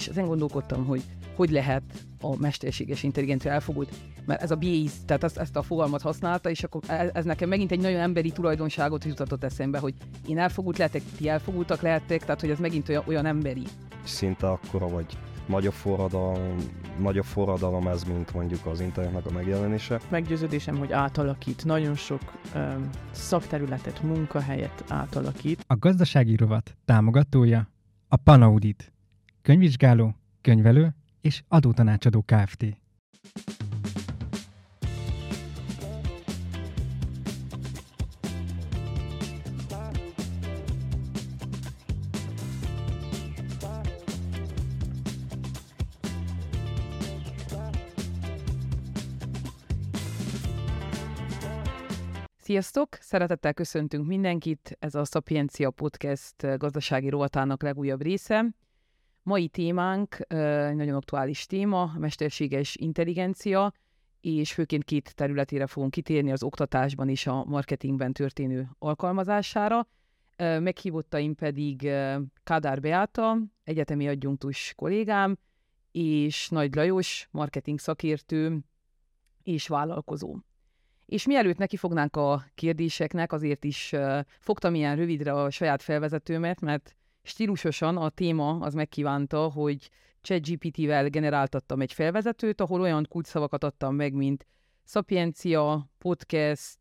és ezen gondolkodtam, hogy lehet a mesterséges intelligencia elfogult, mert ez a Bayes, tehát ezt a fogalmat használta, és akkor ez nekem megint egy nagyon emberi tulajdonságot jutatott eszembe, hogy én elfogult lehetek, ti elfogultak lehettek, tehát hogy ez megint olyan emberi. Szinte akkora vagy nagyobb forradalom ez, mint mondjuk az internetnek a megjelenése. Meggyőződésem, hogy átalakít, nagyon sok szakterületet, munkahelyet átalakít. A gazdasági rovat támogatója a Panaudit, könyvvizsgáló, könyvelő és adótanácsadó Kft. Sziasztok! Szeretettel köszöntünk mindenkit, ez a Szapiencia Podcast gazdasági rovatának legújabb része. Mai témánk nagyon aktuális téma, a mesterséges intelligencia, és főként két területére fogunk kitérni, az oktatásban és a marketingben történő alkalmazására. Meghívottaim pedig Kádár Beáta, egyetemi adjunktus kollégám, és Nagy Lajos, marketing szakértő és vállalkozó. És mielőtt nekifognánk a kérdéseknek, azért is fogtam ilyen rövidre a saját felvezetőmet, mert stílusosan a téma az megkívánta, hogy ChatGPT-vel generáltattam egy felvezetőt, ahol olyan kulcsszavakat adtam meg, mint szapiencia, podcast,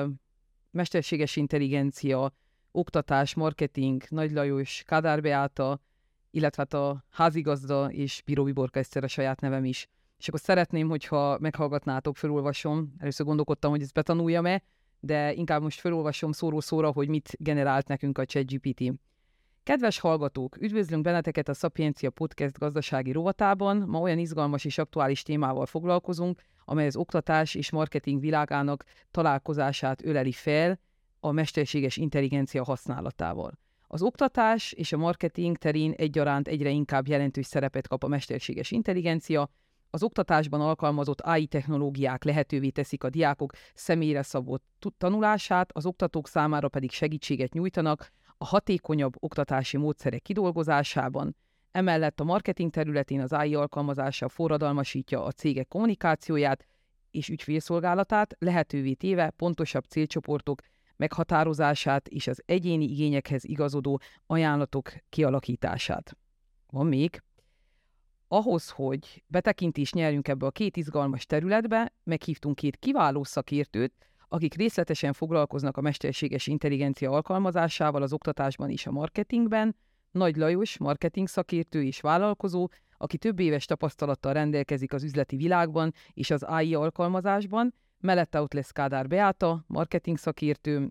mesterséges intelligencia, oktatás, marketing, Nagy Lajos, Kádár Beáta, illetve hát a házigazda és Bíró Viborka Eszter a saját nevem is. És akkor szeretném, hogyha meghallgatnátok, felolvasom. Először gondolkodtam, hogy ezt betanuljam-e, de inkább most felolvasom szóról szóra, hogy mit generált nekünk a ChatGPT. Kedves hallgatók, üdvözlünk benneteket a Szapiencia Podcast gazdasági rovatában. Ma olyan izgalmas és aktuális témával foglalkozunk, amely az oktatás és marketing világának találkozását öleli fel a mesterséges intelligencia használatával. Az oktatás és a marketing terén egyaránt egyre inkább jelentős szerepet kap a mesterséges intelligencia. Az oktatásban alkalmazott AI technológiák lehetővé teszik a diákok személyre szabott tanulását, az oktatók számára pedig segítséget nyújtanak a hatékonyabb oktatási módszerek kidolgozásában. Emellett a marketing területén az AI alkalmazása forradalmasítja a cégek kommunikációját és ügyfélszolgálatát, lehetővé téve pontosabb célcsoportok meghatározását és az egyéni igényekhez igazodó ajánlatok kialakítását. Van még? Ahhoz, hogy betekintést nyerjünk ebbe a két izgalmas területbe, meghívtunk két kiváló szakértőt, akik részletesen foglalkoznak a mesterséges intelligencia alkalmazásával az oktatásban és a marketingben. Nagy Lajos, marketing szakértő és vállalkozó, aki több éves tapasztalattal rendelkezik az üzleti világban és az AI alkalmazásban, mellette ott lesz Kádár Beáta, marketing szakértő,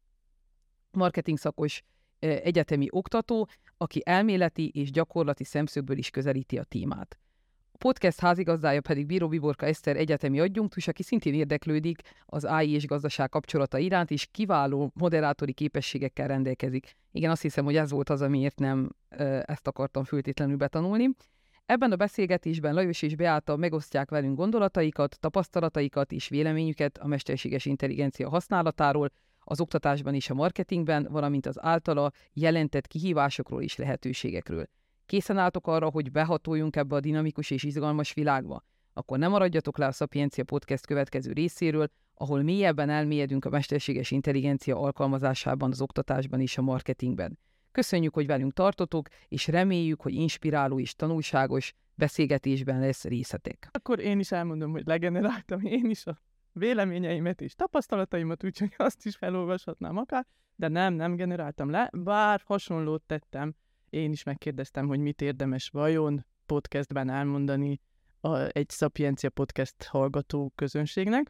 marketing szakos, egyetemi oktató, aki elméleti és gyakorlati szemszögből is közelíti a témát. A podcast házigazdája pedig Bíró Viborka Eszter egyetemi adjunktus, aki szintén érdeklődik az AI és gazdaság kapcsolata iránt, és kiváló moderátori képességekkel rendelkezik. Igen, azt hiszem, hogy ez volt az, amiért nem ezt akartam föltétlenül betanulni. Ebben a beszélgetésben Lajos és Beáta megosztják velünk gondolataikat, tapasztalataikat és véleményüket a mesterséges intelligencia használatáról, az oktatásban és a marketingben, valamint az általa jelentett kihívásokról és lehetőségekről. Készen álltok arra, hogy behatoljunk ebbe a dinamikus és izgalmas világba? Akkor ne maradjatok le a Szapiencia Podcast következő részéről, ahol mélyebben elmélyedünk a mesterséges intelligencia alkalmazásában, az oktatásban és a marketingben. Köszönjük, hogy velünk tartotok, és reméljük, hogy inspiráló és tanulságos beszélgetésben lesz részletek. Akkor én is elmondom, hogy legeneráltam én is a véleményeimet és tapasztalataimat, úgyhogy azt is felolvashatnám akár, de nem generáltam le, bár hasonlót tettem. Én is megkérdeztem, hogy mit érdemes vajon podcastben elmondani egy Szapiencia Podcast hallgató közönségnek.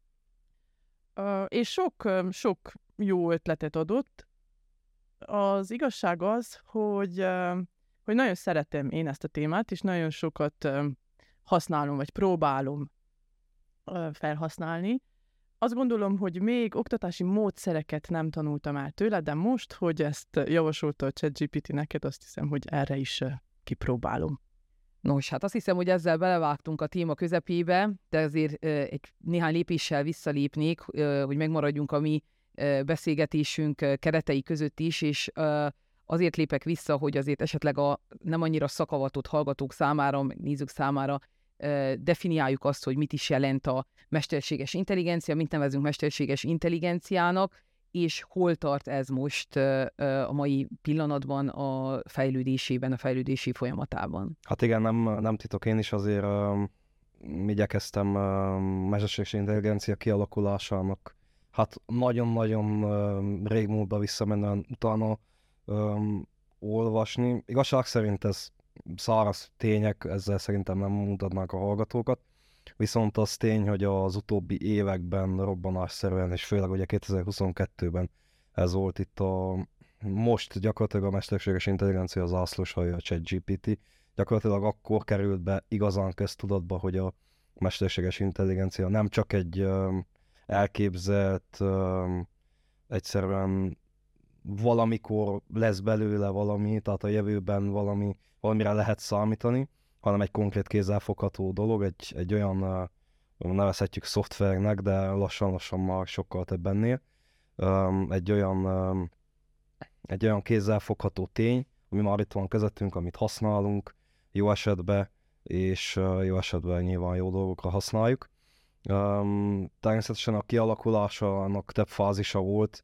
És sok jó ötletet adott. Az igazság az, hogy nagyon szeretem én ezt a témát, és nagyon sokat használom, vagy próbálom felhasználni. Azt gondolom, hogy még oktatási módszereket nem tanultam el tőle, de most, hogy ezt javasolta a ChatGPT neked, azt hiszem, hogy erre is kipróbálom. Nos, hát azt hiszem, hogy ezzel belevágtunk a téma közepébe, de azért néhány lépéssel visszalépnék, hogy megmaradjunk a mi beszélgetésünk keretei között is, és azért lépek vissza, hogy azért esetleg a nem annyira szakavatott hallgatók számára, meg nézők számára definiáljuk azt, hogy mit is jelent a mesterséges intelligencia, mit nevezünk mesterséges intelligenciának, és hol tart ez most a mai pillanatban a fejlődésében, a fejlődési folyamatában. Hát igen, nem titok, én is azért igyekeztem mesterséges intelligencia kialakulásának hát nagyon-nagyon régmúltba visszamenően utána olvasni. Igazság szerint ez száraz tények, ezzel szerintem nem mutatnák a hallgatókat. Viszont az tény, hogy az utóbbi években robbanásszerűen, és főleg ugye 2022-ben ez volt itt most gyakorlatilag a mesterséges intelligencia zászlóshaja, a ChatGPT. Gyakorlatilag akkor került be igazán köztudatba, hogy a mesterséges intelligencia nem csak egy elképzelt, egyszerűen valamikor lesz belőle valami, tehát a jövőben valamire lehet számítani, hanem egy konkrét kézzelfogható dolog, egy olyan, nevezhetjük szoftvernek, de lassan-lassan már sokkal több ennél. Egy olyan kézzelfogható tény, ami már itt van közöttünk, amit használunk, jó esetben, és jó esetben nyilván jó dolgokra használjuk. Természetesen a kialakulásának több fázisa volt.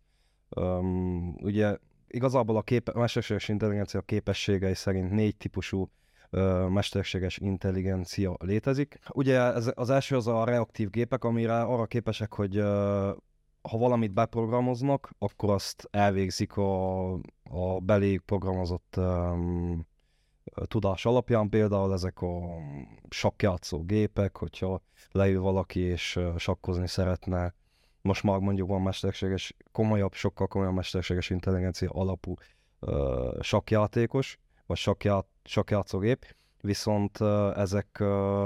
Ugye igazából a mesterséges intelligencia képességei szerint 4 típusú mesterséges intelligencia létezik. Ugye az első az a reaktív gépek, amire arra képesek, hogy ha valamit beprogramoznak, akkor azt elvégzik a beléjük programozott tudás alapján. Például ezek a sakkjátszó gépek, hogyha leül valaki és sakkozni szeretne, most már mondjuk van sokkal komolyabb mesterséges intelligencia alapú sakkjátékos, vagy sakkjátszógép, viszont ezek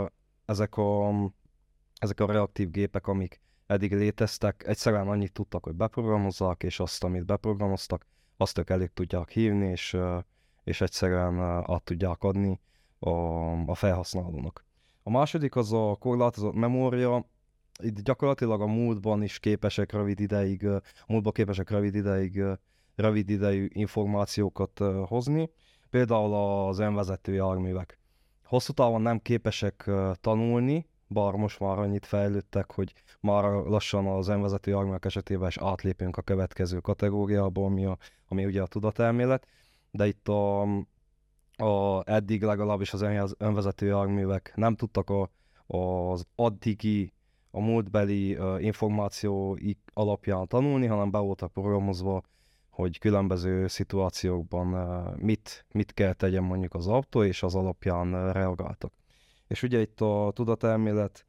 a reaktív gépek, amik eddig léteztek, egyszerűen annyit tudtak, hogy beprogramozzák, és azt, amit beprogramoztak, azt ők elég tudják hívni, és egyszerűen át tudják adni a felhasználónak. A második az a korlátozott memória. Itt gyakorlatilag a múltban is képesek rövid idejű információkat hozni. Például az önvezető járművek. Hosszú távon nem képesek tanulni, bár most már annyit fejlődtek, hogy már lassan az önvezető járművek esetében is átlépünk a következő kategóriába, ami ugye a tudatelmélet, de itt eddig legalábbis az önvezető járművek nem tudtak az addigi, a múltbeli információik alapján tanulni, hanem be voltak programozva, hogy különböző szituációkban mit kell tegyen mondjuk az autó, és az alapján reagáltak. És ugye itt a tudatelmélet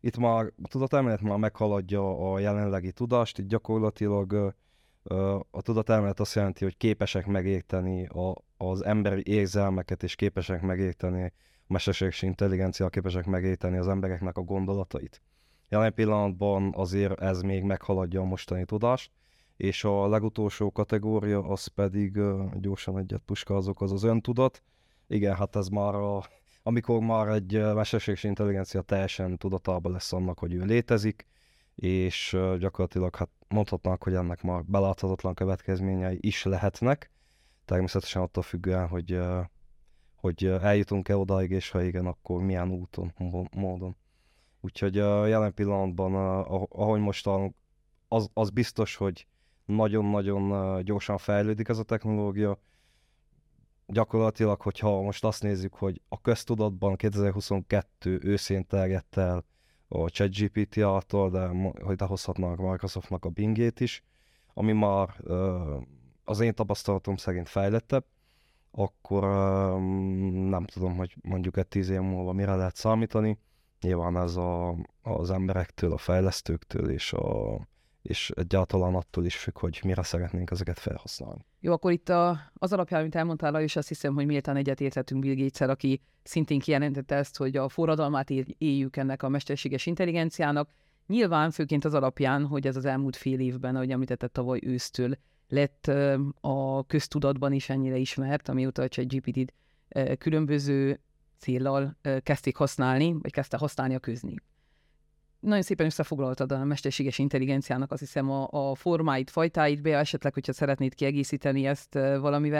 már meghaladja a jelenlegi tudást, itt gyakorlatilag a tudatelmélet azt jelenti, hogy képesek megérteni az emberi érzelmeket, és képesek megérteni, a mesterséges intelligencia képesek megérteni az embereknek a gondolatait. Jelen pillanatban azért ez még meghaladja a mostani tudást, és a legutolsó kategória az pedig, gyorsan egyet puskázok, az öntudat. Igen, hát ez már amikor már egy mesterséges intelligencia teljesen tudatában lesz annak, hogy ő létezik, és gyakorlatilag hát mondhatnánk, hogy ennek már beláthatatlan következményei is lehetnek. Természetesen attól függően, hogy eljutunk-e odáig, és ha igen, akkor milyen úton, módon. Úgyhogy jelen pillanatban, ahogy most az biztos, hogy nagyon-nagyon gyorsan fejlődik ez a technológia. Gyakorlatilag, hogyha most azt nézzük, hogy a köztudatban 2022 őszén terjedt el a ChatGPT által, de hogy hozhatnak Microsoftnak a Bingét is, ami már az én tapasztalatom szerint fejlettebb, akkor nem tudom, hogy mondjuk 10 év múlva mire lehet számítani. Nyilván ez az emberektől, a fejlesztőktől és egyáltalán attól is függ, hogy mire szeretnénk ezeket felhasználni. Jó, akkor itt az alapján, amit elmondtál, Lajos, azt hiszem, hogy méltán egyetérthetünk Bill Gates-el, aki szintén kijelentette ezt, hogy a forradalmát éljük ennek a mesterséges intelligenciának. Nyilván főként az alapján, hogy ez az elmúlt fél évben, ahogy említett, tavaly ősztől lett a köztudatban is ennyire ismert, amióta a ChatGPT-t különböző céllal kezdték használni, vagy kezdte használni a köznép. Nagyon szépen összefoglaltad a mesterséges intelligenciának, azt hiszem, a formáit, fajtáit, esetleg, hogyha szeretnéd kiegészíteni ezt valamivel,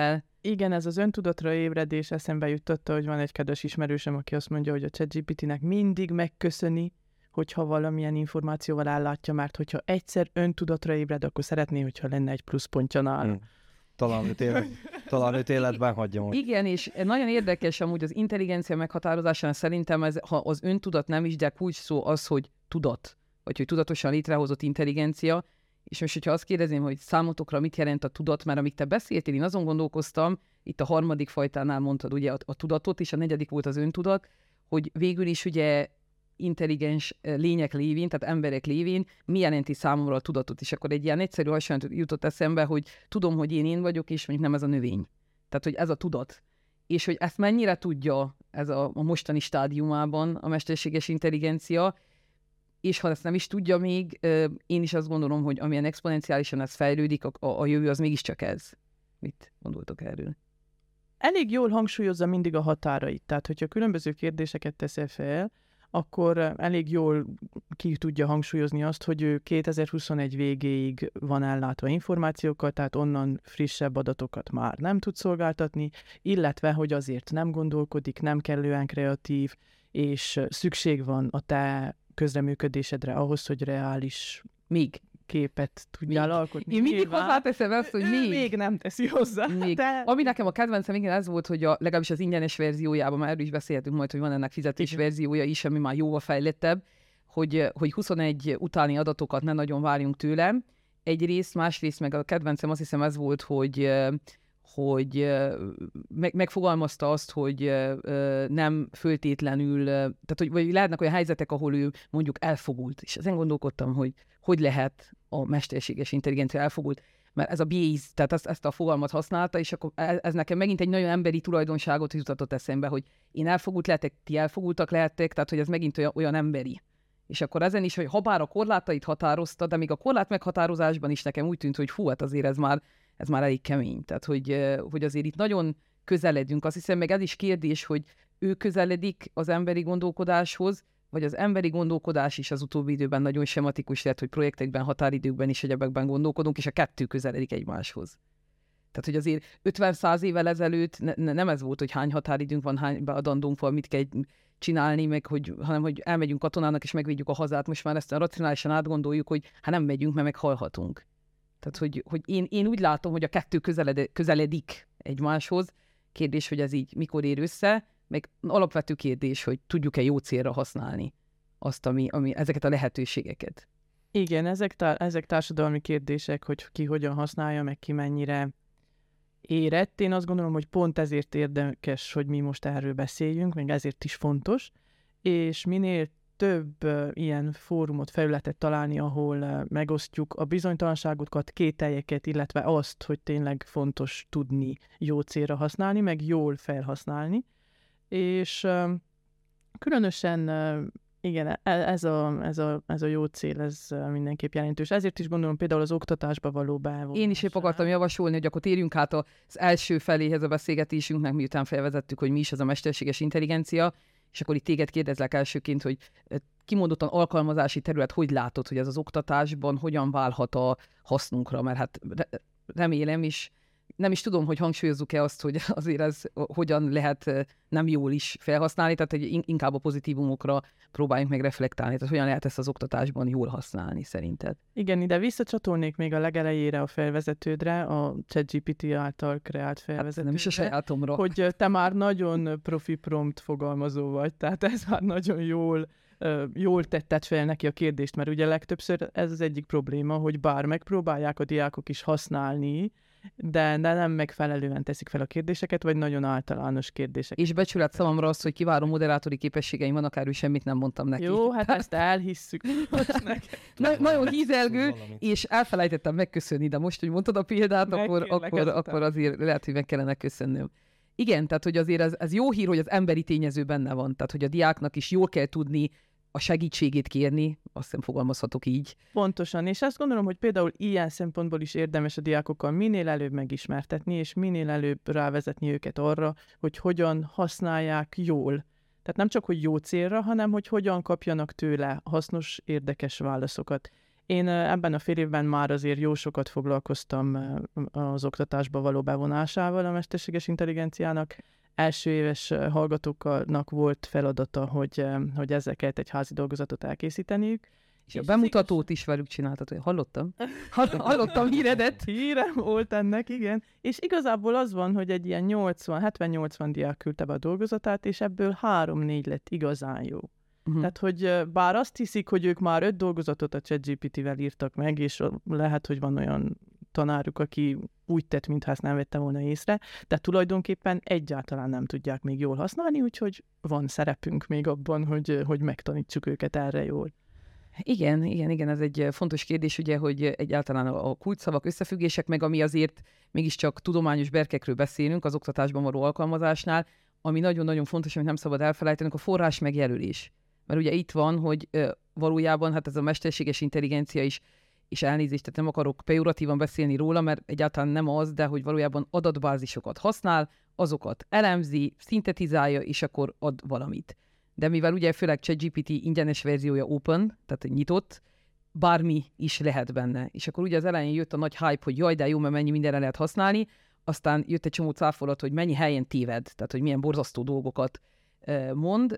Igen, ez az öntudatra ébredés eszembe juttatta, hogy van egy kedves ismerősöm, aki azt mondja, hogy a ChatGPT-nek mindig megköszöni, hogyha valamilyen információval ellátja, mert hogyha egyszer öntudatra ébred, akkor szeretné, hogyha lenne egy pluszpontja nála. Talán őt életben hagyja most. Igen, és nagyon érdekes amúgy az intelligencia meghatározásán szerintem ez, ha az öntudat nem is, de kulcs szó az, hogy tudat, vagy hogy tudatosan létrehozott intelligencia, és most, hogyha azt kérdezném, hogy számotokra mit jelent a tudat, mert amíg te beszéltél, én azon gondolkoztam, itt a harmadik fajtánál mondtad ugye a tudatot, és a negyedik volt az öntudat, hogy végül is ugye intelligens lények lévén, tehát emberek lévén, mi jelenti számomra a tudatot, és akkor egy ilyen egyszerű hasonlat jutott eszembe, hogy tudom, hogy én vagyok, és mondjuk nem ez a növény. Tehát, hogy ez a tudat. És hogy ezt mennyire tudja ez a mostani stádiumában a mesterséges intelligencia, és ha ezt nem is tudja még, én is azt gondolom, hogy amilyen exponenciálisan ez fejlődik, a jövő az mégiscsak ez. Mit gondoltok erről? Elég jól hangsúlyozza mindig a határait. Tehát, hogyha különböző kérdéseket teszel fel, akkor elég jól ki tudja hangsúlyozni azt, hogy ő 2021 végéig van ellátva információkkal, tehát onnan frissebb adatokat már nem tud szolgáltatni, illetve, hogy azért nem gondolkodik, nem kellően kreatív, és szükség van a te közreműködésedre ahhoz, hogy reális képet tudjál alkotni. Én mindig hozzáteszem azt, hogy még nem teszi hozzá. Ami nekem a kedvencem, igen, ez volt, hogy legalábbis az ingyenes verziójában, már erről is beszéltünk majd, hogy van ennek fizetés verziója is, ami már jóval fejlettebb, hogy 21 utáni adatokat ne nagyon várjunk tőlem. Egyrészt, másrészt meg a kedvencem azt hiszem ez volt, hogy megfogalmazta azt, hogy nem föltétlenül, tehát hogy vagy lehetnek olyan helyzetek, ahol ő mondjuk elfogult, és ezen gondolkodtam, hogy lehet a mesterséges intelligencia elfogult, mert ez a bias, tehát ezt a fogalmat használta, és akkor ez nekem megint egy nagyon emberi tulajdonságot jutatott eszembe, hogy én elfogult lehetek, ti elfogultak lehettek, tehát hogy ez megint olyan emberi. És akkor ezen is, hogy habár a korlátait határozta, de még a korlát meghatározásban is nekem úgy tűnt, hogy hú, hát azért ez már elég kemény. Tehát, hogy azért itt nagyon közeledünk. Azt hiszem, meg ez is kérdés, hogy ő közeledik az emberi gondolkodáshoz, vagy az emberi gondolkodás is az utóbbi időben nagyon sematikus lett, hogy projektekben, határidőkben és egyebekben gondolkodunk, és a kettő közeledik egymáshoz. Tehát, hogy azért 50-100 évvel ezelőtt nem ez volt, hogy hány határidőnk van, hány beadandónk van, mit kell csinálni, meg hanem hogy elmegyünk katonának és megvédjük a hazát. Most már ezt racionálisan átgondoljuk, hogy hát nem megyünk, mert meghalhatunk. Tehát, hogy én úgy látom, hogy a kettő közeledik egymáshoz. Kérdés, hogy ez így mikor ér össze, meg alapvető kérdés, hogy tudjuk-e jó célra használni azt, ami ezeket a lehetőségeket. Igen, ezek társadalmi kérdések, hogy ki hogyan használja, meg ki mennyire érett. Én azt gondolom, hogy pont ezért érdekes, hogy mi most erről beszéljünk, meg ezért is fontos, és minél több ilyen fórumot, felületet találni, ahol megosztjuk a bizonytalanságokat, kételyeket, illetve azt, hogy tényleg fontos tudni jó célra használni, meg jól felhasználni. És különösen igen, ez a jó cél, ez mindenképp jelentős. Ezért is gondolom például az oktatásba való bevonás. Én is épp akartam javasolni, hogy akkor térjünk át az első feléhez a beszélgetésünknek, miután felvezettük, hogy mi is az a mesterséges intelligencia, és akkor itt téged kérdezlek elsőként, hogy kimondottan alkalmazási terület, hogy látod, hogy ez az oktatásban hogyan válhat a hasznunkra, mert hát remélem is, nem is tudom, hogy hangsúlyozzuk-e azt, hogy azért ez hogyan lehet nem jól is felhasználni, tehát hogy inkább a pozitívumokra próbáljunk meg reflektálni, tehát hogyan lehet ezt az oktatásban jól használni szerinted? Igen, ide visszacsatolnék még a legelejére a felvezetődre, a ChatGPT által kreált felvezetődre. Hát nem is a sajátomra. Hogy te már nagyon profi prompt fogalmazó vagy, tehát ez már nagyon jól tetted fel neki a kérdést, mert ugye legtöbbször ez az egyik probléma, hogy bár megpróbálják a diákok is használni, de nem megfelelően teszik fel a kérdéseket, vagy nagyon általános kérdések. És becsület számomra az, hogy kiváló moderátori képességeim van, akár semmit nem mondtam neki. Jó, hát ezt elhisszük. Nagyon hízelgő, és elfelejtettem megköszönni, de most, hogy mondtad a példát, akkor azért lehet, hogy meg kellene köszönnöm. Igen, tehát hogy azért ez jó hír, hogy az emberi tényező benne van, tehát hogy a diáknak is jól kell tudni a segítségét kérni, azt hiszem fogalmazhatok így. Pontosan, és azt gondolom, hogy például ilyen szempontból is érdemes a diákokkal minél előbb megismertetni, és minél előbb rávezetni őket arra, hogy hogyan használják jól. Tehát nem csak, hogy jó célra, hanem hogy hogyan kapjanak tőle hasznos, érdekes válaszokat. Én ebben a fél évben már azért jó sokat foglalkoztam az oktatásba való bevonásával a mesterséges intelligenciának. Első éves hallgatóknak volt feladata, hogy ezzel kellett egy házi dolgozatot elkészíteniük. És a bemutatót is velük csináltad, hallottam? Hallottam híredet. Hírem volt ennek, igen. És igazából az van, hogy egy ilyen 70-80 diák küldte be a dolgozatát, és ebből 3-4 lett igazán jó. Tehát, hogy bár azt hiszik, hogy ők már 5 dolgozatot a ChatGPT-vel írtak meg, és lehet, hogy van olyan tanáruk, aki úgy tett, mintha ezt nem vette volna észre, de tulajdonképpen egyáltalán nem tudják még jól használni, úgyhogy van szerepünk még abban, hogy megtanítsuk őket erre jól. Igen, ez egy fontos kérdés, ugye, hogy egyáltalán a kulcsszavak, összefüggések, meg ami azért mégiscsak tudományos berkekről beszélünk az oktatásban való alkalmazásnál, ami nagyon-nagyon fontos, amit nem szabad elfelejtenünk, a forrás megjelölés. Mert ugye itt van, hogy valójában hát ez a mesterséges intelligencia is, és elnézést, tehát nem akarok pejoratívan beszélni róla, mert egyáltalán nem az, de hogy valójában adatbázisokat használ, azokat elemzi, szintetizálja, és akkor ad valamit. De mivel ugye főleg ChatGPT ingyenes verziója open, tehát nyitott, bármi is lehet benne. És akkor ugye az elején jött a nagy hype, hogy jaj, de jó, mert mennyi mindenre lehet használni, aztán jött egy csomó cáfolat, hogy mennyi helyen téved, tehát hogy milyen borzasztó dolgokat mond.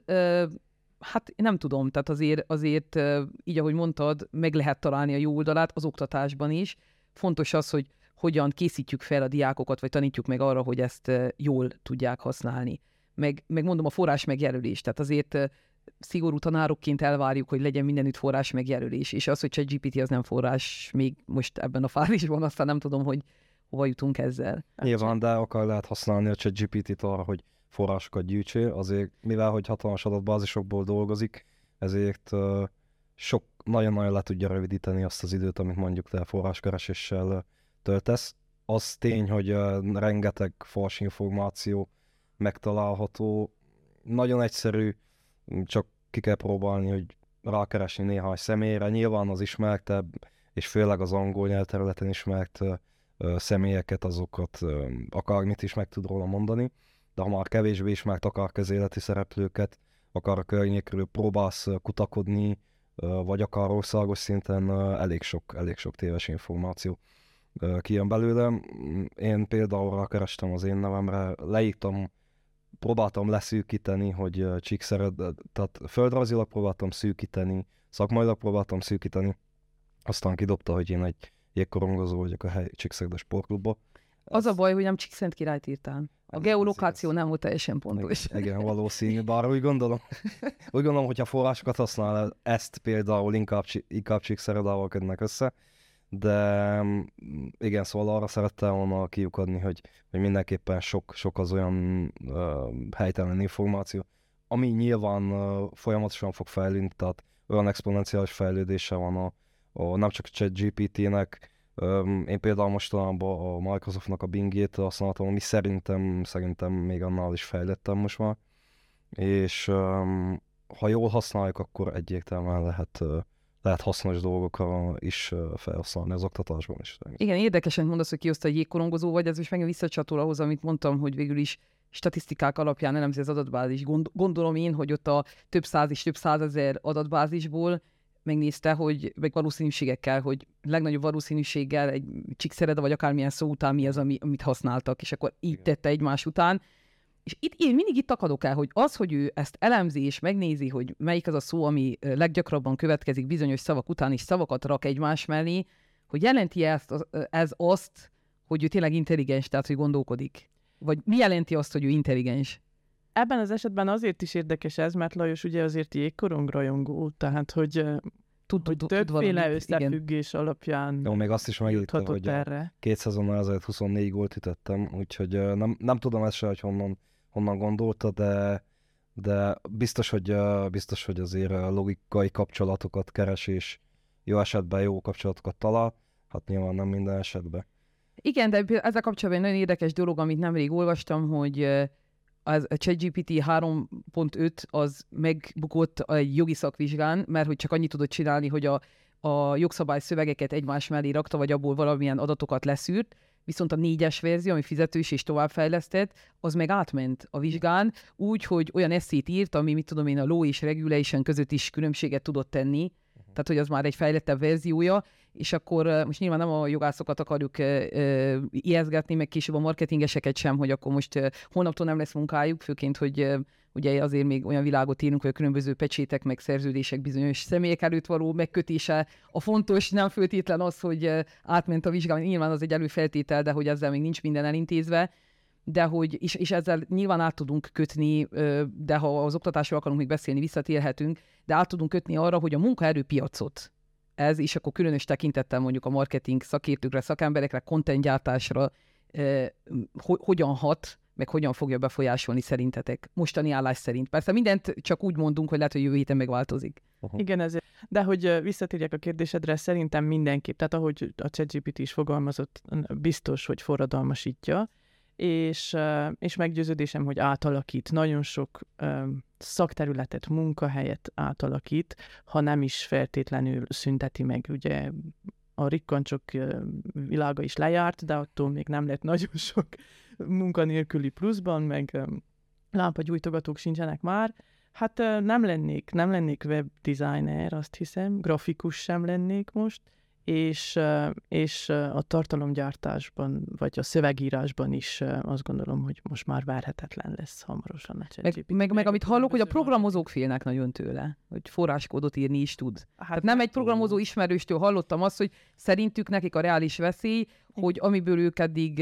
Hát nem tudom, tehát azért így ahogy mondtad, meg lehet találni a jó oldalát az oktatásban is. Fontos az, hogy hogyan készítjük fel a diákokat, vagy tanítjuk meg arra, hogy ezt jól tudják használni. Meg mondom, a forrás megjelölés. Tehát azért szigorú tanárokként elvárjuk, hogy legyen mindenütt forrás megjelölés. És az, hogy ChatGPT az nem forrás, még most ebben a fázisban, aztán nem tudom, hogy hova jutunk ezzel. Nyilván, de akar lehet használni a ChatGPT-t arra, hogy forrásokat gyűjtsél, azért mivel, hogy hatalmas adatbázisokból dolgozik, ezért nagyon-nagyon le tudja rövidíteni azt az időt, amit mondjuk te forráskereséssel töltesz. Az tény, hogy rengeteg fals információ megtalálható, nagyon egyszerű, csak ki kell próbálni, hogy rákeresni néhány személyre. Nyilván az ismertebb, és főleg az angol nyelvterületen ismert személyeket, azokat akármit is meg tud róla mondani, de ha már kevésbé ismert akár közéleti szereplőket, akár a környékről próbálsz kutakodni, vagy akár országos szinten elég sok téves információ kijön belőle. Én például rákerestem az én nevemre, leírtam, próbáltam leszűkíteni, hogy tehát földrajzilag próbáltam szűkíteni, szakmailag próbáltam szűkíteni, aztán kidobta, hogy én egy jégkorongozó vagyok a helyi Csíkszentmihalyi sportklubba. Az a baj, hogy nem Csíkszentkirályt írtál. A geolokáció nem volt teljesen pontos. Igen, valószínű, bár úgy gondolom, hogyha forrásokat használ, ezt például inkább Csíkszeredával kötnek össze, de igen, szóval arra szerettem volna kiukadni, hogy mindenképpen sok az olyan helytelen információ, ami nyilván folyamatosan fog fejlődni, tehát olyan exponenciális fejlődése van nem csak a ChatGPT-nek, én például mostanában a Microsoftnak a Bing-ét használtam, ami szerintem még annál is fejlettem most már, és ha jól használjuk, akkor egyértelműen lehet hasznos dolgokra is felhasználni az oktatásban is. Igen, érdekesen mondasz, hogy kioszta egy jégkorongozó vagy, ez most megint visszacsatol ahhoz, amit mondtam, hogy végül is statisztikák alapján elemzi az adatbázis. Gondolom én, hogy ott a több százezer adatbázisból megnézte, hogy meg valószínűségekkel, hogy legnagyobb valószínűséggel egy Csíkszereda vagy akármilyen szó után mi az, amit használtak, és akkor így tette egymás után. És én mindig itt akadok el, hogy az, hogy ő ezt elemzi és megnézi, hogy melyik az a szó, ami leggyakrabban következik bizonyos szavak után, és szavakat rak egymás mellé, hogy jelenti ez azt, hogy ő tényleg intelligens, tehát hogy gondolkodik? Vagy mi jelenti azt, hogy ő intelligens? Ebben az esetben azért is érdekes ez, mert Lajos ugye azért jégkorongrajongó, tehát hogy többféle összefüggés alapján jó, még azt is megírtam, hogy erre. 2 szezonnal ezelőtt 24 gólt ütöttem, úgyhogy nem tudom ezt se, hogy honnan gondolta, de biztos, hogy azért logikai kapcsolatokat keres, és jó esetben jó kapcsolatokat talál, hát nyilván nem minden esetben. Igen, de ezzel kapcsolatban egy nagyon érdekes dolog, amit nemrég olvastam, hogy a ChatGPT 3.5 az megbukott egy jogi szakvizsgán, mert hogy csak annyit tudott csinálni, hogy a jogszabály szövegeket egymás mellé rakta, vagy abból valamilyen adatokat leszűrt, viszont a 4-es verzió, ami fizetős és továbbfejlesztett, az meg átment a vizsgán, úgy, hogy olyan esszét írt, ami, mit tudom én, a law és regulation között is különbséget tudott tenni, Tehát, hogy az már egy fejlettebb verziója, és akkor most nyilván nem a jogászokat akarjuk ijesztgetni, meg később a marketingeseket sem, hogy akkor most holnaptól nem lesz munkájuk, főként, hogy ugye azért még olyan világot írunk, hogy a különböző pecsétek, meg szerződések bizonyos személyek előtt való megkötése a fontos, nem föltétlen az, hogy átment a vizsgáló. Nyilván az egy előfeltétel, de hogy ezzel még nincs minden elintézve, de hogy, és ezzel nyilván át tudunk kötni, de ha az oktatásról akarunk még beszélni, visszatérhetünk, de át tudunk kötni arra, hogy a munkaerőpiacot, ez is akkor különös tekintettel mondjuk a marketing szakértőkre, szakemberekre, contentgyártásra hogyan hat, meg hogyan fogja befolyásolni szerintetek mostani állás szerint. Persze mindent csak úgy mondunk, hogy lehet, hogy jövő héten megváltozik. Igen, ezért. De hogy visszatérjek a kérdésedre, szerintem mindenképp, tehát ahogy a ChatGPT is fogalmazott, biztos, hogy forradalmasítja, és meggyőződésem, hogy átalakít, nagyon sok szakterületet, munkahelyet átalakít, ha nem is feltétlenül szünteti meg. Ugye a rikkancsok világa is lejárt, de attól még nem lett nagyon sok munkanélküli pluszban, meg lámpagyújtogatók sincsenek már. Hát nem lennék webdesigner, azt hiszem, grafikus sem lennék most, és a tartalomgyártásban, vagy a szövegírásban is azt gondolom, hogy most már várhetetlen lesz hamarosan a ChatGPT. Meg amit hallok, hogy a programozók félnek nagyon tőle, hogy forráskódot írni is tud. Hát nem egy programozó ismerőstől hallottam azt, hogy szerintük nekik a reális veszély, hogy amiből ők eddig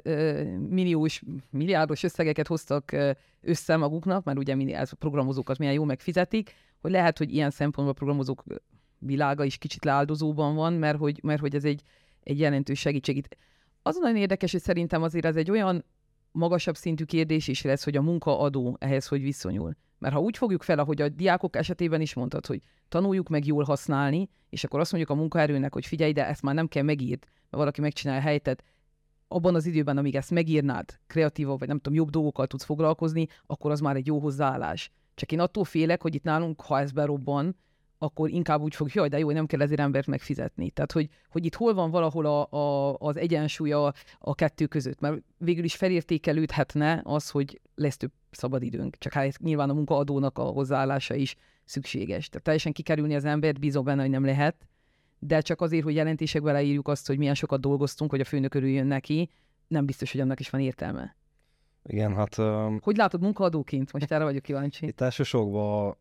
milliárdos összegeket hoztak össze maguknak, mert ugye a programozókat milyen jól megfizetik, hogy lehet, hogy ilyen szempontból a programozók világa is kicsit leáldozóban van, mert hogy ez egy jelentős segítség. Itt az nagyon érdekes, hogy szerintem azért ez egy olyan magasabb szintű kérdés is lesz, hogy a munkaadó ehhez hogy viszonyul. Mert ha úgy fogjuk fel, ahogy a diákok esetében is mondtad, hogy tanuljuk meg jól használni, és akkor azt mondjuk a munkaerőnek, hogy figyelj, de ezt már nem kell megírd, mert valaki megcsinál helyettet, abban az időben, amíg ezt megírnád, kreatívabb, vagy nem tudom, jobb dolgokkal tudsz foglalkozni, akkor az már egy jó hozzáállás. Csak én attól félek, hogy itt nálunk, ha ez berobban, akkor inkább úgy fog, jaj, de jó, nem kell ezért embert megfizetni. Tehát, hogy itt hol van valahol az egyensúly a kettő között, mert végül is felértékelődhetne az, hogy lesz több szabadidőnk. Csak hát nyilván a munkaadónak a hozzáállása is szükséges. Tehát teljesen kikerülni az embert, bízom benne, hogy nem lehet, de csak azért, hogy jelentésekbe leírjuk azt, hogy milyen sokat dolgoztunk, hogy a főnök örüljön neki, nem biztos, hogy annak is van értelme. Igen, hát... Hogy látod munkaadóként? Most erre vagyok kíváncsi. Itt elsősorban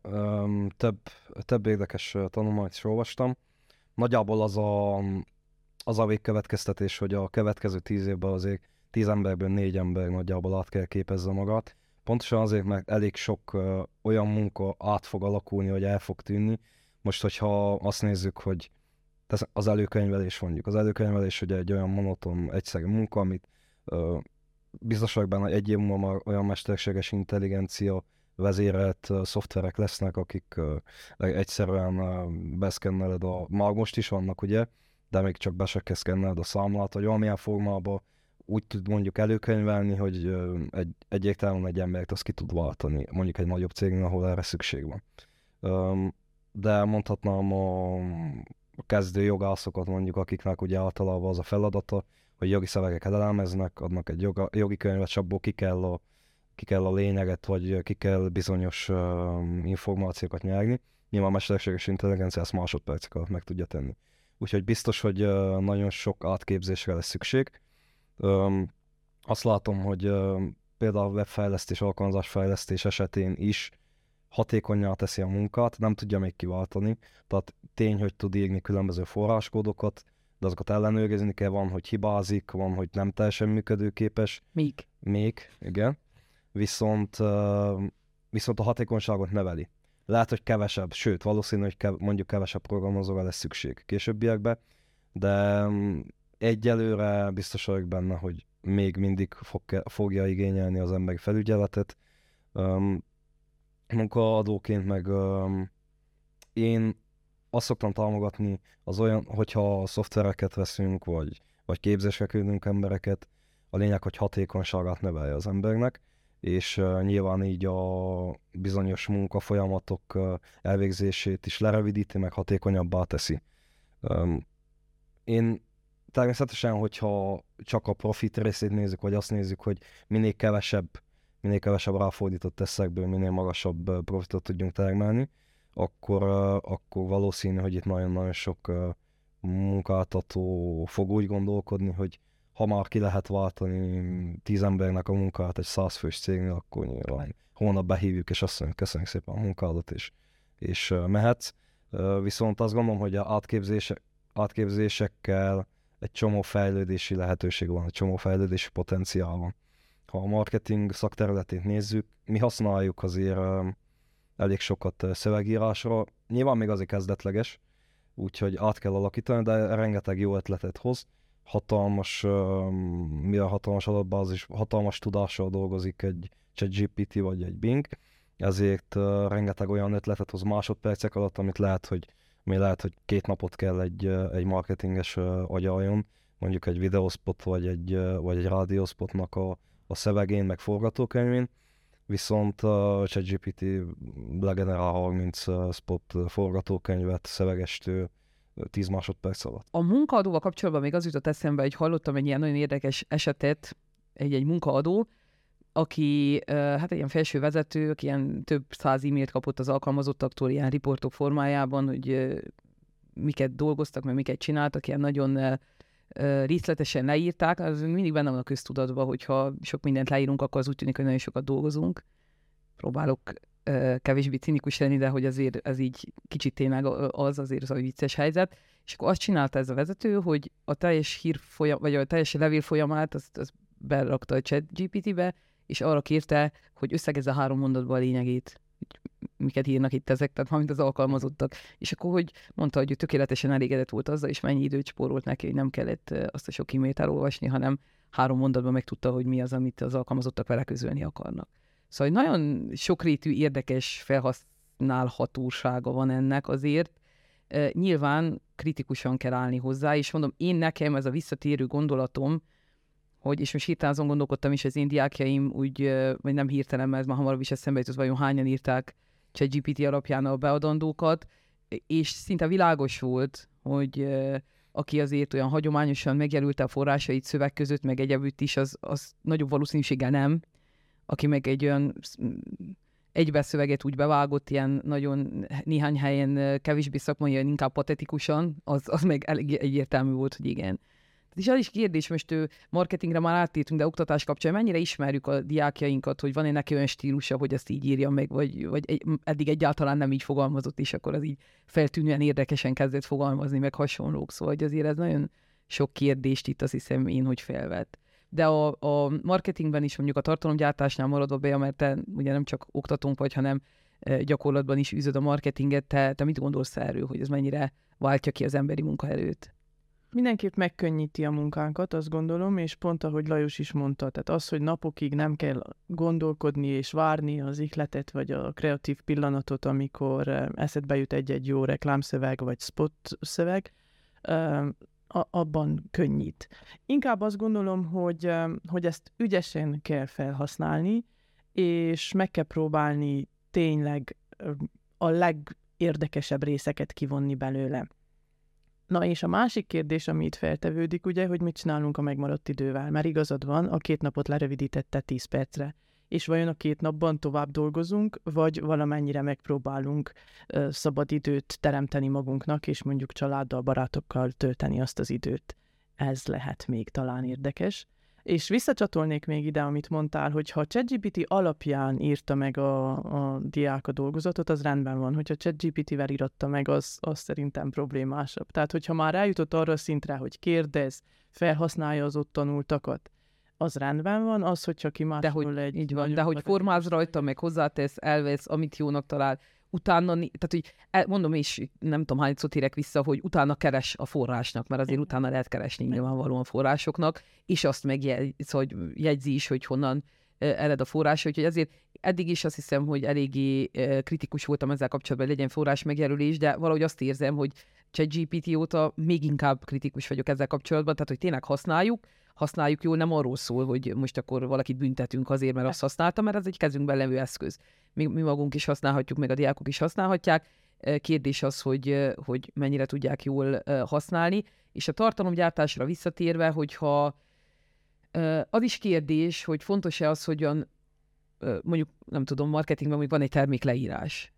több érdekes tanulmányt is olvastam. Nagyjából az a végkövetkeztetés, hogy a következő 10 évben azért 10 emberből 4 ember nagyjából át kell képezze magát. Pontosan azért, mert elég sok olyan munka át fog alakulni, hogy el fog tűnni. Most, hogyha azt nézzük, hogy az előkönyvelés mondjuk. Az előkönyvelés ugye egy olyan monoton, egyszerű munka, amit biztos vagyok benne, hogy egy év múlva már olyan mesterséges intelligencia vezérelt szoftverek lesznek, akik egyszerűen beszkenneled már most is vannak, ugye, de még csak be se kell szkenneled a számlát, vagy valamilyen formában úgy tud mondjuk előkönyvelni, hogy egyértelműen egy embert azt ki tud váltani, mondjuk egy nagyobb cégnél, ahol erre szükség van. De mondhatnám a kezdő jogászokat mondjuk, akiknek ugye általában az a feladata, hogy jogi szövegeket elemeznek, adnak egy jogi könyvet, és abból ki kell a lényeget, vagy ki kell bizonyos információkat nyerni. Nyilván a mesterséges intelligencia ezt másodpercek alatt meg tudja tenni. Úgyhogy biztos, hogy nagyon sok átképzésre lesz szükség. Azt látom, hogy például a webfejlesztés, alkalmazásfejlesztés esetén is hatékonnyá teszi a munkát, nem tudja még kiváltani. Tehát tény, hogy tud írni különböző forráskódokat, de azokat ellenőrizni kell, van, hogy hibázik, van, hogy nem teljesen működőképes. Még, igen. Viszont a hatékonyságot növeli. Lehet, hogy kevesebb, sőt, valószínű, hogy mondjuk kevesebb programozóra lesz szükség későbbiekben, de egyelőre biztos vagyok benne, hogy még mindig fogja igényelni az emberi felügyeletet. Munkaadóként meg én azt szoktam támogatni, az olyan, hogyha szoftvereket veszünk, vagy képzésre küldünk embereket, a lényeg, hogy hatékonyságát növelje az embernek, és nyilván így a bizonyos munkafolyamatok elvégzését is lerövidíti, meg hatékonyabbá teszi. Én természetesen, hogyha csak a profit részét nézzük, vagy azt nézzük, hogy minél kevesebb ráfordított összegből, minél magasabb profitot tudjunk termelni, akkor valószínű, hogy itt nagyon-nagyon sok munkáltató fog úgy gondolkodni, hogy ha már ki lehet váltani 10 embernek a munkát egy 100 fős cégnél, akkor nyilván hónap behívjuk, és azt mondjuk, köszönjük szépen a munkádat, és mehetsz. Viszont azt gondolom, hogy a átképzésekkel egy csomó fejlődési lehetőség van, egy csomó fejlődési potenciál van. Ha a marketing szakterületét nézzük, mi használjuk azért elég sokat szövegírásra. Nyilván még azért kezdetleges, úgyhogy át kell alakítani, de rengeteg jó ötletet hoz. Mivel hatalmas adatbázis, hatalmas tudással dolgozik egy ChatGPT vagy egy Bing, ezért rengeteg olyan ötletet hoz másodpercek alatt, amit lehet, hogy 2 napot kell egy marketinges agyaljon, mondjuk egy videospot vagy egy rádióspotnak a szövegén, meg forgatókönyvén, viszont a ChatGPT legenerál 30 spot forgatókönyvet szövegestől 10 másodperc alatt. A munkaadóval kapcsolatban még az jutott eszembe, hogy hallottam egy ilyen nagyon érdekes esetet, egy munkaadó, aki hát egy ilyen felső vezető, aki ilyen több 100 e-mailt kapott az alkalmazottaktól ilyen riportok formájában, hogy miket dolgoztak, meg miket csináltak, ilyen nagyon részletesen leírták. Az mindig benne van a köztudatban, hogyha sok mindent leírunk, akkor az úgy tűnik, hogy nagyon sokat dolgozunk. Próbálok kevésbé cinikus lenni, de hogy azért ez így kicsit tényleg azért az a vicces helyzet. És akkor azt csinálta ez a vezető, hogy a teljes vagy a teljes levél folyamát azt berakta a ChatGPT-be, és arra kérte, hogy összegezze 3 mondatba a lényegét, miket írnak itt ezek, tehát valamint az alkalmazottak. És akkor, hogy mondta, hogy ő tökéletesen elégedett volt azzal, és mennyi időt spórolt neki, hogy nem kellett azt a sok e-mailt elolvasni, hanem 3 mondatban megtudta, hogy mi az, amit az alkalmazottak vele közölni akarnak. Szóval nagyon sokrétű, érdekes felhasználhatósága van ennek azért. Nyilván kritikusan kell állni hozzá, és mondom, nekem ez a visszatérő gondolatom, hogy, és most hirtelen azon gondolkodtam is, az én diákjaim úgy, vagy nem hirtelen, mert ez már hamarabb is eszembe jutott, vajon hányan írták ChatGPT alapján a beadandókat, és szinte világos volt, hogy aki azért olyan hagyományosan megjelölte a forrásait szöveg között, meg egyebütt is, az nagyobb valószínűséggel nem. Aki meg egy olyan egybeszöveget úgy bevágott, ilyen nagyon néhány helyen kevésbé szakmai, inkább patetikusan, az meg elég egyértelmű volt, hogy igen. És az is kérdés, most marketingre már áttértünk, de oktatás kapcsán mennyire ismerjük a diákjainkat, hogy van-e neki olyan stílusa, hogy ezt így írja meg, vagy eddig egyáltalán nem így fogalmazott, és akkor az így feltűnően érdekesen kezdett fogalmazni, meg hasonlók. Szóval hogy azért ez nagyon sok kérdést itt azt hiszem én, hogy felvet. De a marketingben is, mondjuk a tartalomgyártásnál maradva be, mert te ugye nem csak oktatónk vagy, hanem gyakorlatban is űzöd a marketinget, te mit gondolsz erről, hogy ez mennyire váltja ki az emberi munkaerőt? Mindenképp megkönnyíti a munkánkat, azt gondolom, és pont ahogy Lajos is mondta, tehát az, hogy napokig nem kell gondolkodni és várni az ihletet, vagy a kreatív pillanatot, amikor eszedbe jut egy-egy jó reklámszöveg, vagy spot szöveg, abban könnyít. Inkább azt gondolom, hogy ezt ügyesen kell felhasználni, és meg kell próbálni tényleg a legérdekesebb részeket kivonni belőle. Na és a másik kérdés, ami itt feltevődik, ugye, hogy mit csinálunk a megmaradt idővel. Mert igazad van, a 2 napot lerövidítette 10 percre. És vajon a 2 napban tovább dolgozunk, vagy valamennyire megpróbálunk szabad időt teremteni magunknak, és mondjuk családdal, barátokkal tölteni azt az időt. Ez lehet még talán érdekes. És visszacsatolnék még ide, amit mondtál, hogy ha a ChatGPT alapján írta meg a diák a dolgozatot, az rendben van. Hogyha ChatGPT-vel íratta meg, az szerintem problémásabb. Tehát, hogyha már eljutott arra a szintre, hogy kérdez, felhasználja az ott tanultakat, az rendben van, az, hogyha kimásol egy... Így van, de hogy formálsz rajta, meg hozzátesz, elvesz, amit jónak talál, utána, tehát hogy mondom, és nem tudom, hányszor térek vissza, hogy utána keres a forrásnak, mert azért utána lehet keresni nyilvánvalóan forrásoknak, és azt megjegyzi is, hogy honnan ered a forrás, úgyhogy ezért eddig is azt hiszem, hogy eléggé kritikus voltam ezzel kapcsolatban, hogy legyen forrás megjelölés, de valahogy azt érzem, hogy ChatGPT óta még inkább kritikus vagyok ezzel kapcsolatban, tehát hogy tényleg használjuk jól, nem arról szól, hogy most akkor valakit büntetünk azért, mert azt használta, mert ez egy kezünkben levő eszköz. Mi magunk is használhatjuk, meg a diákok is használhatják. Kérdés az, hogy mennyire tudják jól használni. És a tartalomgyártásra visszatérve, hogyha az is kérdés, hogy fontos-e az, hogy mondjuk, nem tudom, marketingben mondjuk van egy termékleírás,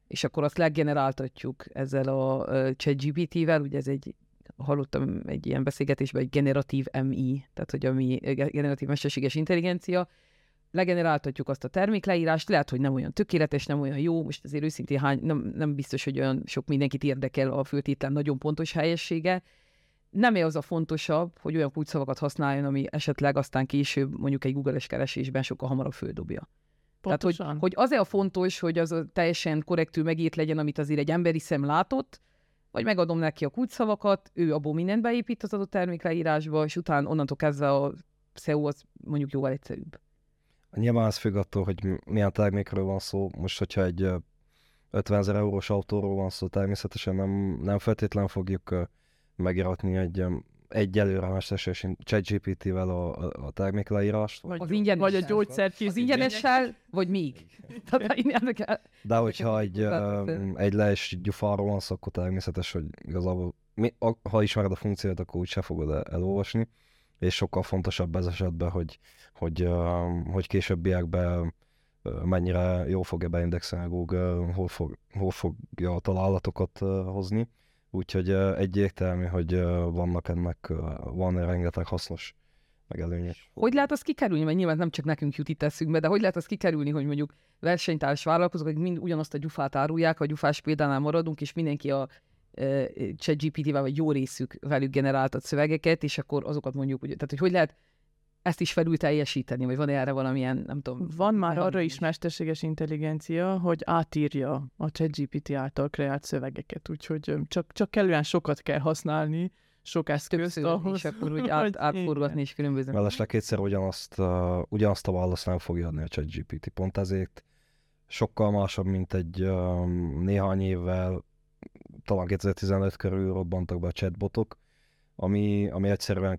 és akkor azt legeneráltatjuk ezzel a ChatGPT-vel, ugye ez hallottam egy ilyen beszélgetésben, egy generatív MI, tehát hogy ami generatív mesterséges intelligencia, legeneráltatjuk azt a termékleírást, lehet, hogy nem olyan tökéletes, nem olyan jó, most azért őszintén nem biztos, hogy olyan sok mindenkit érdekel a föltétlen nagyon pontos helyessége. Nem az a fontosabb, hogy olyan kulcsszavakat használjon, ami esetleg aztán később mondjuk egy Google-es keresésben sokkal hamarabb földobja. Pontosan. Tehát, hogy azért a fontos, hogy az teljesen korrektül megírt legyen, amit azért egy emberi szem látott, vagy megadom neki a kulcsszavakat, ő abból mindent beépít az adott termékleírásba, és utána onnantól kezdve a SEO az mondjuk jóval egyszerűbb. Nyilván ez függ attól, hogy milyen termékről van szó. Most, hogyha egy 50 000 eurós autóról van szó, természetesen nem feltétlenül fogjuk megiratni egyelőre mesterséges ChatGPT-vel a termékleírást. Vagy a gyógyszerkészítés. Az ingyenessel, vagy még. De hogyha egy lees gyufáról van szó, akkor természetes, hogy igazából, ha ismered a funkciót, akkor úgyse fogod elolvasni, és sokkal fontosabb ez esetben, hogy későbbiekben mennyire jól fogja beindexelni Google, hol fogja a találatokat hozni. Úgyhogy egyértelmű, hogy van rengeteg hasznos meg előnyös. Hogy lehet azt kikerülni, mert nyilván nem csak nekünk jut itt eszünkbe, de hogy lehet azt kikerülni, hogy mondjuk versenytárs vállalkozók, hogy mind ugyanazt a gyufát árulják, a gyufás példánál maradunk, és mindenki a ChatGPT-vel vagy jó részük velük generáltat szövegeket, és akkor azokat mondjuk, tehát hogy lehet ezt is felül teljesíteni, vagy van erre valamilyen, nem tudom. Van már arra is mesterséges intelligencia, hogy átírja a ChatGPT által kreált szövegeket, úgyhogy csak kellően sokat kell használni, sok eszközt ahhoz. És akkor úgy átforgatni is különböző. Mellesleg kétszer ugyanazt a választ nem fogja adni a ChatGPT. Pont ezért sokkal másabb, mint egy néhány évvel, talán 2015 körül robbantak be a chatbotok, ami egyszerűen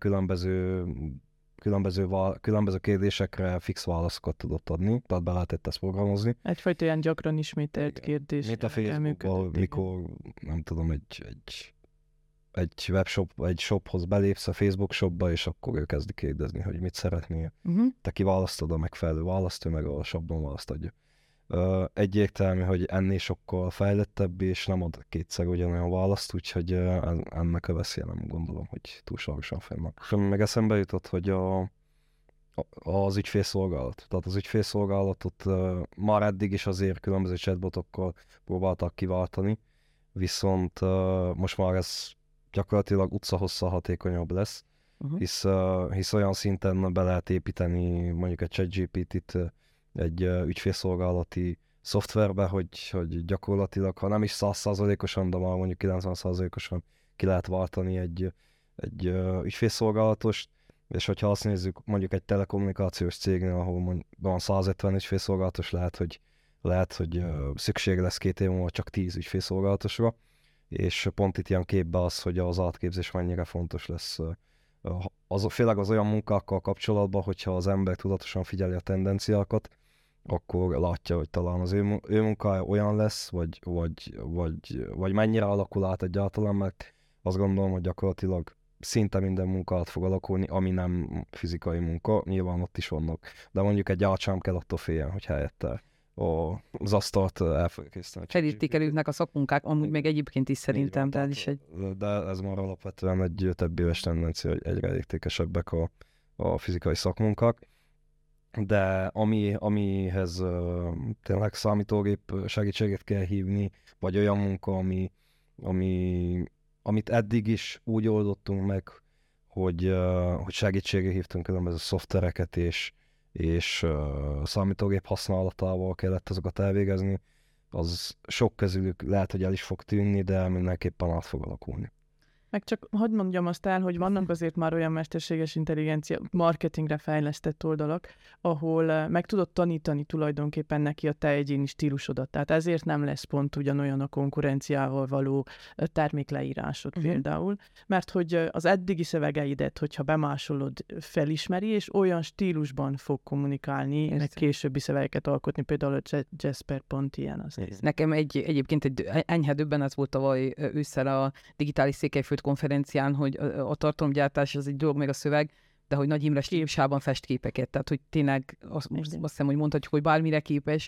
különböző kérdésekre fix válaszokat tudott adni, tehát be lehetett ezt programozni. Egyfajta ilyen gyakran ismételt kérdés. Mint a Facebookban, mikor nem tudom, egy webshop, egy shophoz belépsz a Facebook shopba, és akkor ő kezdi kérdezni, hogy mit szeretnél. Te kiválasztod a megfelelő választ, ő meg a shopban választ adja. Egyértelmű, hogy ennél sokkal fejlettebb, és nem ad kétszer ugyanolyan választ, úgyhogy ennek a veszélye nem gondolom, hogy túlságosan fenn. És ami meg eszembe jutott, hogy az ügyfélszolgálat. Tehát az ügyfélszolgálatot már eddig is azért különböző chatbotokkal próbáltak kiváltani, viszont most már ez gyakorlatilag utcahosszal hatékonyabb lesz, hisz olyan szinten be lehet építeni mondjuk egy ChatGPT-t egy ügyfélszolgálati szoftverbe, hogy gyakorlatilag, ha nem is 100%-osan, de már mondjuk 90%-osan ki lehet váltani egy ügyfélszolgálatos, és hogyha azt nézzük mondjuk egy telekommunikációs cégnél, ahol van 150 ügyfélszolgálatos, lehet, hogy szükség lesz 2 év múlva csak 10 ügyfélszolgálatosra, és pont itt ilyen képbe az, hogy az átképzés mennyire fontos lesz. Főleg az olyan munkákkal kapcsolatban, hogyha az ember tudatosan figyeli a tendenciákat, akkor látja, hogy talán az ő munkája olyan lesz, vagy mennyire alakul át egyáltalán, mert azt gondolom, hogy gyakorlatilag szinte minden munka át fog alakulni, ami nem fizikai munka, nyilván ott is vannak. De mondjuk egy ácsám kell attól féljen, hogy helyette az asztalt el fogja készíteni. Felértékelőknek a szakmunkák, amúgy meg egyébként is szerintem. Van, de ez már alapvetően egy több éves tendencia, hogy egyre értékesebbek a fizikai szakmunkák. De amihez tényleg számítógép segítséget kell hívni, vagy olyan munka, amit eddig is úgy oldottunk meg, hogy segítségre hívtunk különböző szoftvereket, és számítógép használatával kellett azokat elvégezni, az sok közülük lehet, hogy el is fog tűnni, de mindenképpen át fog alakulni. Meg csak hadd mondjam azt el, hogy vannak azért már olyan mesterséges intelligencia marketingre fejlesztett oldalak, ahol meg tudod tanítani tulajdonképpen neki a te egyéni stílusodat. Tehát ezért nem lesz pont ugyanolyan a konkurenciával való termékleírásod például, mert hogy az eddigi szövegeidet, hogyha bemásolod, felismeri, és olyan stílusban fog kommunikálni, meg későbbi szövegeket alkotni, például a Jasper pont ilyen az. Nekem egyébként egy enyhe döbbenet volt tavaly ősszel a digitális Székelyföld konferencián, hogy a tartalomgyártás az egy dolog, meg a szöveg, de hogy Nagy Imre stílusában fest képeket. Tehát, hogy tényleg azt hiszem, hogy mondhatjuk, hogy bármire képes.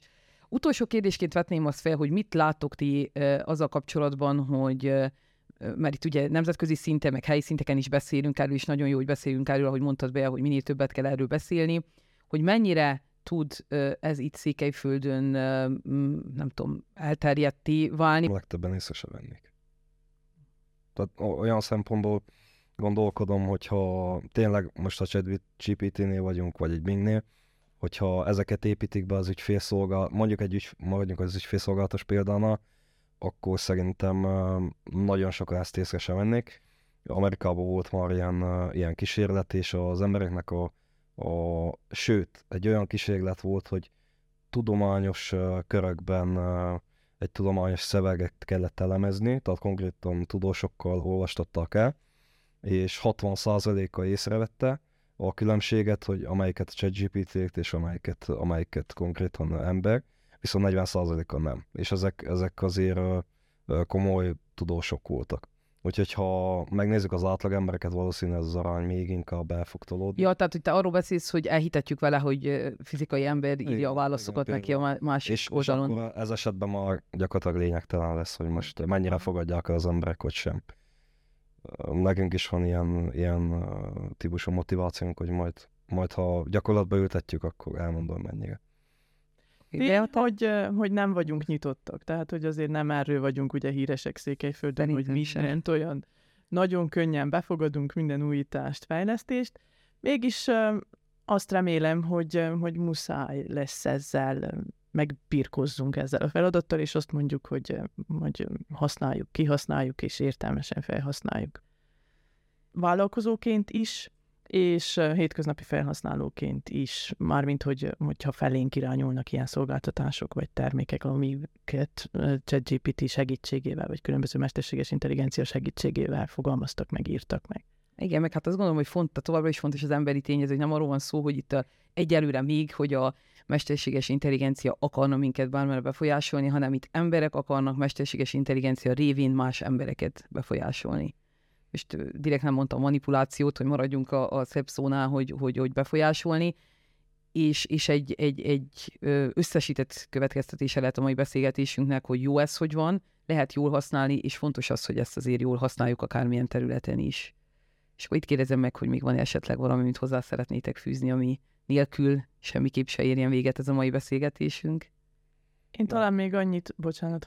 Utolsó kérdésként vetném azt fel, hogy mit láttok ti azzal kapcsolatban, hogy mert itt ugye nemzetközi szinten, meg helyi szinteken is beszélünk erről, és nagyon jó, hogy beszélünk erről, ahogy mondtad be, hogy minél többet kell erről beszélni, hogy mennyire tud ez itt Székelyföldön, nem tudom, elterjedté válni. Legtöbben észre se vennék. Tehát olyan szempontból gondolkodom, hogyha tényleg most a ChatGPT-nél vagyunk, vagy egy Bingnél, hogyha ezeket építik be az mondjuk az ügyfélszolgálatos példánál, akkor szerintem nagyon sokan ezt észre sem vennék. Amerikában volt már ilyen kísérlet, és az embereknek sőt, egy olyan kísérlet volt, hogy tudományos körökben egy tudományos szöveget kellett elemezni, tehát konkrétan tudósokkal olvastatták el, és 60%-a észrevette a különbséget, hogy amelyiket a ChatGPT-t és amelyiket konkrétan ember, viszont 40%-a nem. És ezek azért komoly tudósok voltak. Úgyhogy ha megnézzük az átlag embereket, valószínűleg ez az arány még inkább el fog tolódni. Ja, tehát hogy te arról beszélsz, hogy elhitetjük vele, hogy fizikai ember írja a válaszokat neki a másik oldalon. És akkor ez esetben már gyakorlatilag lényegtelen lesz, hogy most mennyire fogadják el az emberek, vagy sem. Nekünk is van ilyen típusú motivációnk, hogy majd ha gyakorlatba ültetjük, akkor elmondom mennyire. Hogy nem vagyunk nyitottak, tehát hogy azért nem erről vagyunk ugye híresek Székelyföldön, hogy mindent olyan nagyon könnyen befogadunk, minden újítást, fejlesztést. Mégis azt remélem, hogy muszáj lesz ezzel, megbirkózzunk ezzel a feladattal, és azt mondjuk, hogy használjuk, kihasználjuk, és értelmesen felhasználjuk. Vállalkozóként is, és hétköznapi felhasználóként is, mármint, hogyha felénk irányulnak ilyen szolgáltatások vagy termékek, amiket ChatGPT segítségével, vagy különböző mesterséges intelligencia segítségével fogalmaztak meg, írtak meg. Igen, meg hát azt gondolom, hogy továbbra is fontos az emberi tényező, hogy nem arról van szó, hogy itt egyelőre még, hogy a mesterséges intelligencia akarna minket bármire befolyásolni, hanem itt emberek akarnak mesterséges intelligencia révén más embereket befolyásolni. És direkt nem mondtam manipulációt, hogy maradjunk a szebb szónál, hogy befolyásolni, és egy összesített következtetése lehet a mai beszélgetésünknek, hogy jó ez, hogy van, lehet jól használni, és fontos az, hogy ezt azért jól használjuk akármilyen területen is. És akkor itt kérdezem meg, hogy még van esetleg valami, amit hozzá szeretnétek fűzni, ami nélkül semmiképp se érjen véget ez a mai beszélgetésünk. Én talán még annyit, bocsánat,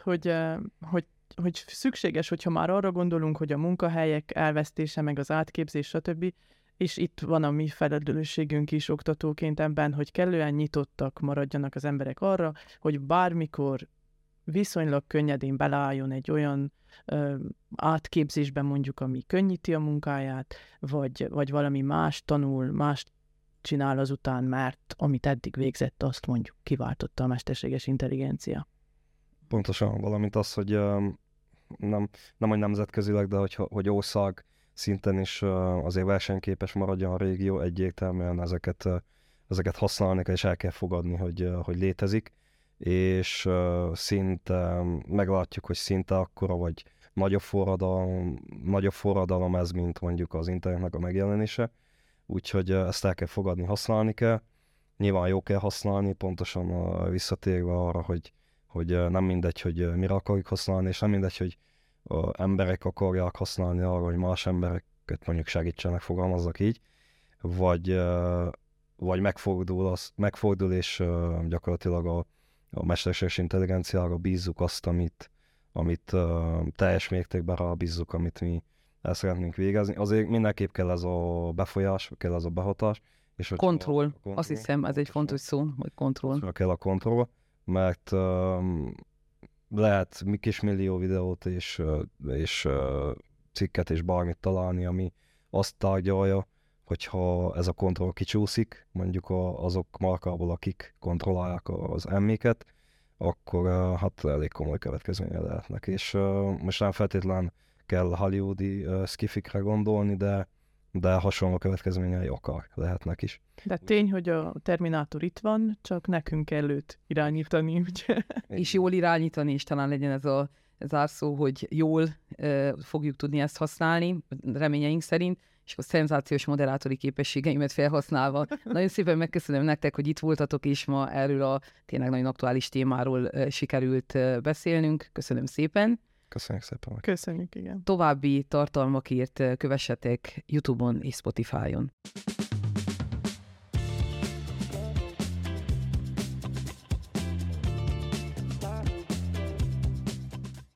hogy szükséges, hogyha már arra gondolunk, hogy a munkahelyek elvesztése, meg az átképzés, stb., és itt van a mi felelősségünk is oktatóként ebben, hogy kellően nyitottak maradjanak az emberek arra, hogy bármikor viszonylag könnyedén beleálljon egy olyan átképzésben mondjuk, ami könnyíti a munkáját, vagy valami más tanul, más csinál azután, mert amit eddig végzett, azt mondjuk kiváltotta a mesterséges intelligencia. Pontosan, valamint az, hogy nem hogy nemzetközileg, de hogy ország szinten is azért versenyképes maradjon a régió, egyértelműen ezeket használni kell, és el kell fogadni, hogy létezik, és szinte meglátjuk, hogy szinte akkora, vagy nagyobb forradalom ez, mint mondjuk az internetnek a megjelenése, úgyhogy ezt el kell fogadni, használni kell. Nyilván jó kell használni, pontosan visszatérve arra, hogy nem mindegy, hogy mire akarjuk használni, és nem mindegy, hogy emberek akarják használni arra, hogy más embereket mondjuk segítsenek, fogalmazzak így, vagy megfordul, és gyakorlatilag a mesterséges intelligenciára bízzuk azt, amit teljes mértékben rábízzuk, amit mi el szeretnénk végezni. Azért mindenképp kell ez a befolyás, kell ez a behatás. És kontroll. Azt hiszem, ez egy fontos szó, hogy kontroll. Kell a kontroll, mert lehet kismillió videót és cikket és bármit találni, ami azt tárgyalja, hogyha ez a kontroll kicsúszik, mondjuk azok markából, akik kontrollálják az emméket, akkor hát elég komoly következménye lehetnek. És most nem feltétlen kell hollywoodi skifikre gondolni, de hasonló következményei akár lehetnek is. De tény, hogy a Terminátor itt van, csak nekünk kell őt irányítani, ugye? És jól irányítani, és talán legyen ez a zárszó, hogy jól fogjuk tudni ezt használni, reményeink szerint, és a szenzációs moderátori képességeimet felhasználva. Nagyon szépen megköszönöm nektek, hogy itt voltatok, és ma erről a tényleg nagyon aktuális témáról sikerült beszélnünk. Köszönöm szépen. Köszönjük szépen. Köszönjük, igen. További tartalmakért kövessetek YouTube-on és Spotify-on.